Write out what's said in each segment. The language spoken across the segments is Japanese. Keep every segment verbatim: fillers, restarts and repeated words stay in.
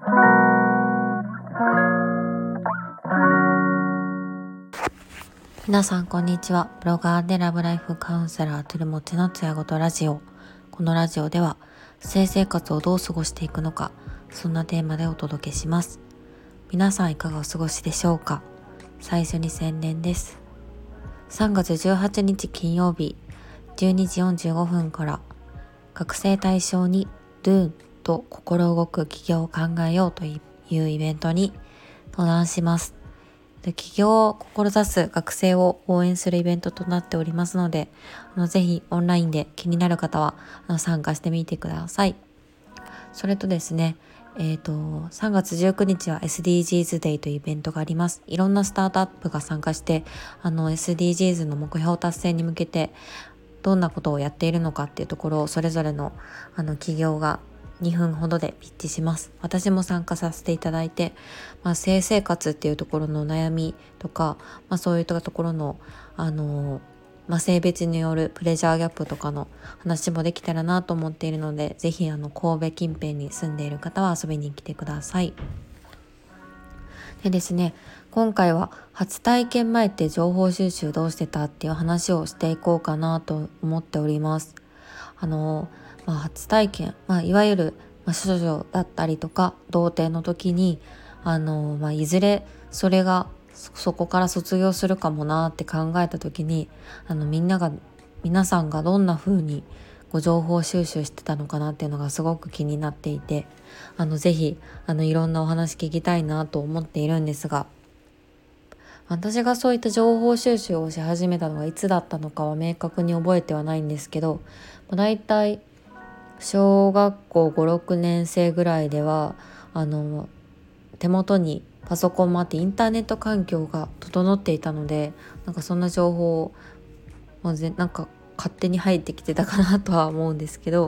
皆さんこんにちは。ブロガーでラブライフカウンセラートゥルモチのつやごとラジオ。このラジオでは性生活をどう過ごしていくのか、そんなテーマでお届けします。皆さんいかがお過ごしでしょうか。最初に宣伝です。さんがつじゅうはちにち金曜日じゅうにじよんじゅうごふんから学生対象に Do と心動く起業を考えようというイベントに登壇します。で起業を志す学生を応援するイベントとなっておりますので、あのぜひオンラインで気になる方はあの参加してみてください。それとですね、えーと、さんがつじゅうくにちは エスディージーズ デイというイベントがあります。いろんなスタートアップが参加して、あの エスディージーズ の目標達成に向けてどんなことをやっているのかっていうところをそれぞれのあの企業がにふんほどでピッチします。私も参加させていただいて、まあ、性生活っていうところの悩みとか、まあ、そういったところの、あのまあ、性別によるプレジャーギャップとかの話もできたらなと思っているので、ぜひあの神戸近辺に住んでいる方は遊びに来てください。でですね、今回は初体験前って情報収集どうしてたっていう話をしていこうかなと思っております。あのまあ、初体験、まあ、いわゆる、まあ、処女だったりとか童貞の時にあの、まあ、いずれそれがそこから卒業するかもなって考えた時に、あのみんなが皆さんがどんな風にご情報収集してたのかなっていうのがすごく気になっていて、あのぜひあのいろんなお話聞きたいなと思っているんですが、私がそういった情報収集をし始めたのがいつだったのかは明確に覚えてはないんですけど、だいたい小学校ご、ろくねん生ぐらいではあの手元にパソコンもあってインターネット環境が整っていたので、なんかそんな情報をもうぜなんか勝手に入ってきてたかなとは思うんですけど、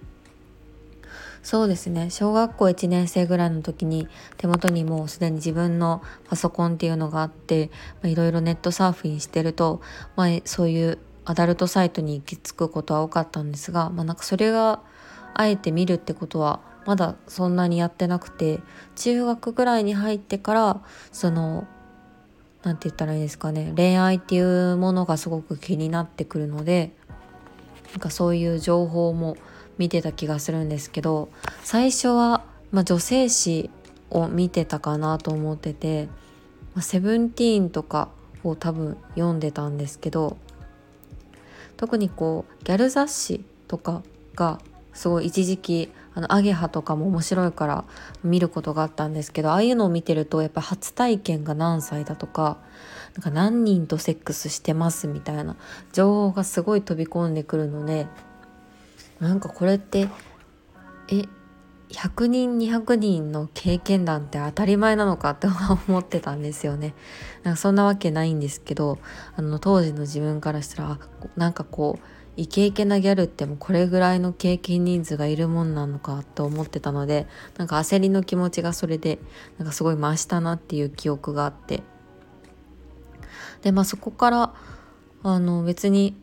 そうですね、小学校いちねん生ぐらいの時に手元にもうすでに自分のパソコンっていうのがあって、いろいろネットサーフィンしてると、まあ、そういうアダルトサイトに行き着くことは多かったんですが、まあ、なんかそれがあえて見るってことはまだそんなにやってなくて、中学ぐらいに入ってからそのなんて言ったらいいですかね、恋愛っていうものがすごく気になってくるので、なんかそういう情報も見てた気がするんですけど、最初は、まあ、女性誌を見てたかなと思ってて、まあ、セブンティーンとかを多分読んでたんですけど、特にこうギャル雑誌とかがすごい一時期あのアゲハとかも面白いから見ることがあったんですけど、ああいうのを見てるとやっぱ初体験が何歳だとか、なんか何人とセックスしてますみたいな情報がすごい飛び込んでくるので、なんかこれってえひゃくにんにひゃくにんの経験談って当たり前なのかって思ってたんですよね。なんかそんなわけないんですけど、あの当時の自分からしたらなんかこうイケイケなギャルってもこれぐらいの経験人数がいるもんなのかと思ってたので、なんか焦りの気持ちがそれでなんかすごい増したなっていう記憶があって、でまあそこからあの別に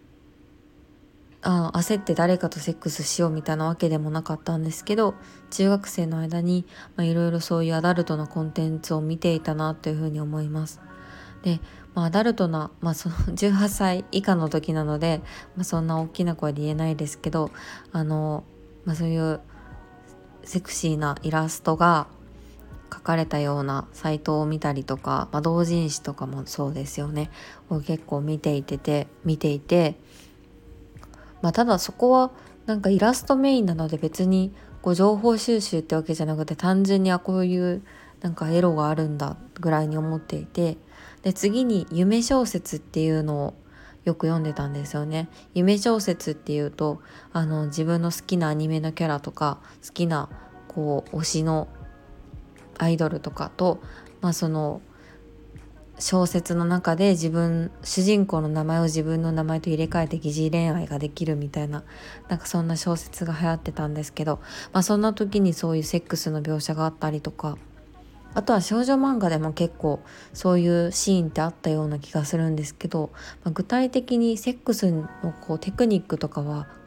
あ焦って誰かとセックスしようみたいなわけでもなかったんですけど、中学生の間にいろいろそういうアダルトなコンテンツを見ていたなというふうに思います。で、まあ、アダルトな、まあ、そのじゅうはっさい以下の時なので、まあ、そんな大きな声で言えないですけど、あの、まあ、そういうセクシーなイラストが書かれたようなサイトを見たりとか、まあ、同人誌とかもそうですよねを結構見ていてて見ていてまあ、ただそこはなんかイラストメインなので別にこう情報収集ってわけじゃなくて、単純にはこういうなんかエロがあるんだぐらいに思っていて、で次に夢小説っていうのをよく読んでたんですよね。夢小説っていうとあの自分の好きなアニメのキャラとか好きなこう推しのアイドルとかと、まあ、その小説の中で自分主人公の名前を自分の名前と入れ替えて疑似恋愛ができるみたいな、なんかそんな小説が流行ってたんですけど、まあ、そんな時にそういうセックスの描写があったりとか、あとは少女漫画でも結構そういうシーンってあったような気がするんですけど、まあ、具体的にセックスのこうテクニックとかは書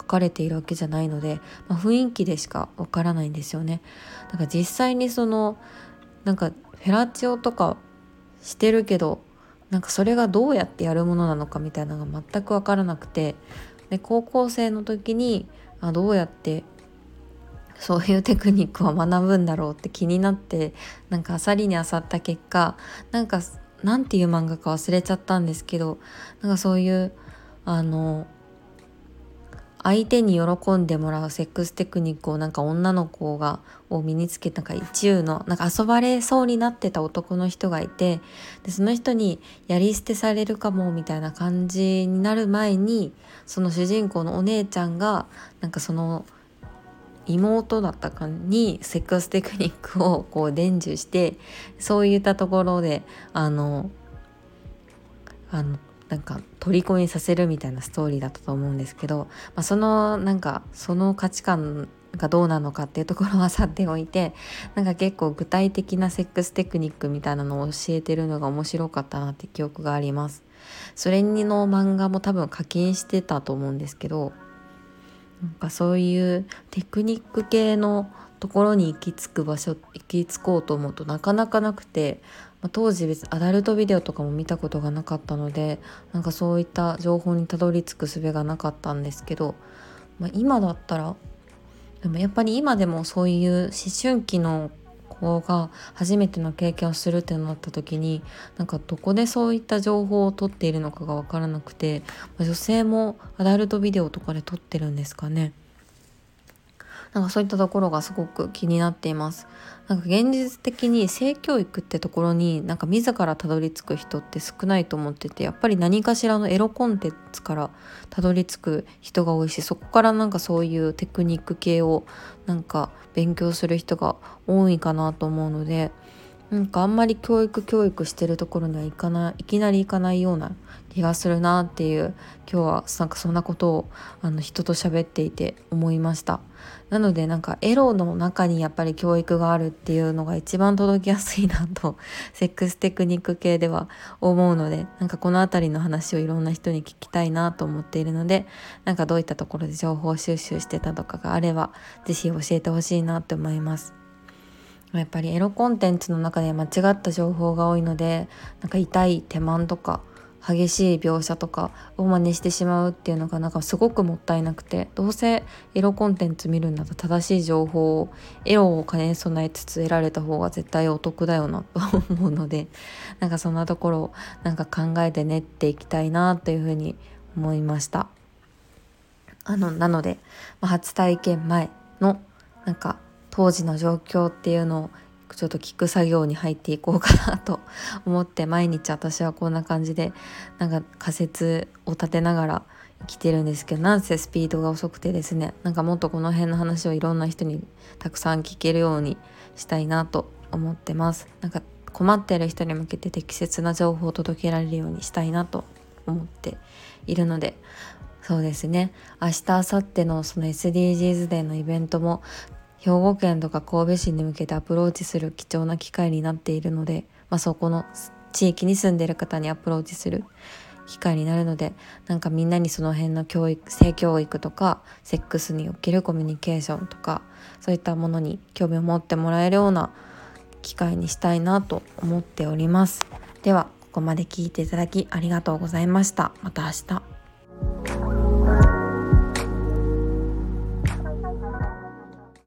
かれているわけじゃないので、まあ、雰囲気でしかわからないんですよね。だから実際にそのなんかフェラチオとかしてるけど、なんかそれがどうやってやるものなのかみたいなのが全くわからなくて、で高校生の時にあどうやってそういうテクニックを学ぶんだろうって気になって、なんかあさりにあさった結果、なんかなんていう漫画か忘れちゃったんですけど、なんかそういうあの相手に喜んでもらうセックステクニックをなんか女の子がを身につけた、なんか一遊のなんか遊ばれそうになってた男の人がいて、でその人にやり捨てされるかもみたいな感じになる前に、その主人公のお姉ちゃんがなんかその妹だったかにセックステクニックをこう伝授して、そういったところであのあのなんか虜にさせるみたいなストーリーだったと思うんですけど、まあ、そのなんかその価値観がどうなのかっていうところはさておいて、なんか結構具体的なセックステクニックみたいなのを教えてるのが面白かったなって記憶があります。それにの漫画も多分課金してたと思うんですけど、なんかそういうテクニック系のところに行き着く場所行き着こうと思うとなかなかなくて、まあ、当時別にアダルトビデオとかも見たことがなかったので、なんかそういった情報にたどり着く術がなかったんですけど、まあ、今だったらでもやっぱり今でもそういう思春期の子が初めての経験をするってなった時に、なんかどこでそういった情報を取っているのかが分からなくて、女性もアダルトビデオとかで撮ってるんですかね。なんかそういったところがすごく気になっています。なんか現実的に性教育ってところになんか自らたどり着く人って少ないと思ってて、やっぱり何かしらのエロコンテンツからたどり着く人が多いし、そこからなんかそういうテクニック系をなんか勉強する人が多いかなと思うので、なんかあんまり教育教育してるところには行かない、いきなり行かないような気がするなっていう、今日はなんかそんなことをあの人と喋っていて思いました。なのでなんかエロの中にやっぱり教育があるっていうのが一番届きやすいなとセックステクニック系では思うので、なんかこのあたりの話をいろんな人に聞きたいなと思っているので、なんかどういったところで情報収集してたとかがあればぜひ教えてほしいなと思います。やっぱりエロコンテンツの中で間違った情報が多いので、なんか痛い手間とか激しい描写とかを真似してしまうっていうのがなんかすごくもったいなくて、どうせエロコンテンツ見るんだと正しい情報をエロを兼ね備えつつ得られた方が絶対お得だよなと思うので、なんかそんなところをなんか考えて練っていきたいなというふうに思いました。あのなので、まあ、初体験前のなんか当時の状況っていうのをちょっと聞く作業に入っていこうかなと思って、毎日私はこんな感じでなんか仮説を立てながら生きてるんですけど、なんせスピードが遅くてですね、なんかもっとこの辺の話をいろんな人にたくさん聞けるようにしたいなと思ってます。なんか困ってる人に向けて適切な情報を届けられるようにしたいなと思っているので、そうですね、明日明後日のその エスディージーズ デーのイベントも兵庫県とか神戸市に向けてアプローチする貴重な機会になっているので、まあ、そこの地域に住んでいる方にアプローチする機会になるので、なんかみんなにその辺の教育、性教育とかセックスにおけるコミュニケーションとかそういったものに興味を持ってもらえるような機会にしたいなと思っております。ではここまで聞いていただきありがとうございました。また明日。